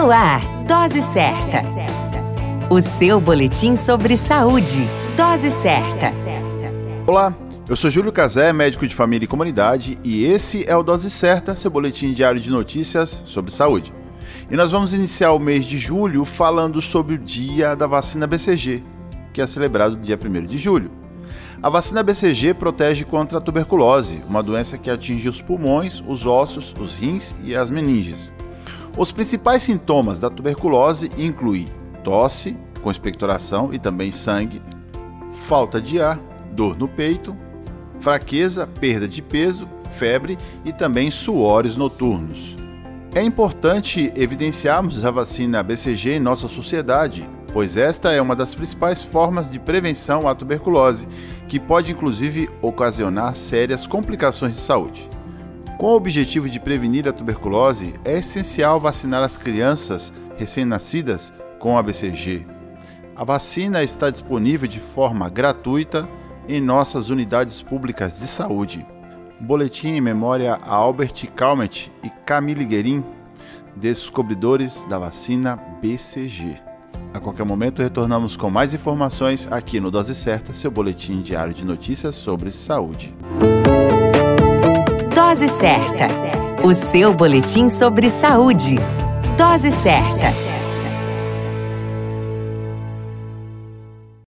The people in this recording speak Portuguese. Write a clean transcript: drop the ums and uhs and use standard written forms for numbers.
No ar, Dose Certa. O seu boletim sobre saúde. Dose Certa. Olá, eu sou Júlio Cazé, médico de família e comunidade, e esse é o Dose Certa, seu boletim diário de notícias sobre saúde. E nós vamos iniciar o mês de julho falando sobre o dia da vacina BCG, que é celebrado no dia 1º de julho. A vacina BCG protege contra a tuberculose, uma doença que atinge os pulmões, os ossos, os rins e as meninges. Os principais sintomas da tuberculose incluem tosse, com expectoração e também sangue, falta de ar, dor no peito, fraqueza, perda de peso, febre e também suores noturnos. É importante evidenciarmos a vacina BCG em nossa sociedade, pois esta é uma das principais formas de prevenção à tuberculose, que pode inclusive ocasionar sérias complicações de saúde. Com o objetivo de prevenir a tuberculose, é essencial vacinar as crianças recém-nascidas com a BCG. A vacina está disponível de forma gratuita em nossas unidades públicas de saúde. Boletim em memória a Albert Calmet e Camille Guerin, descobridores da vacina BCG. A qualquer momento retornamos com mais informações aqui no Dose Certa, seu boletim diário de notícias sobre saúde. Dose Certa. O seu boletim sobre saúde. Dose Certa.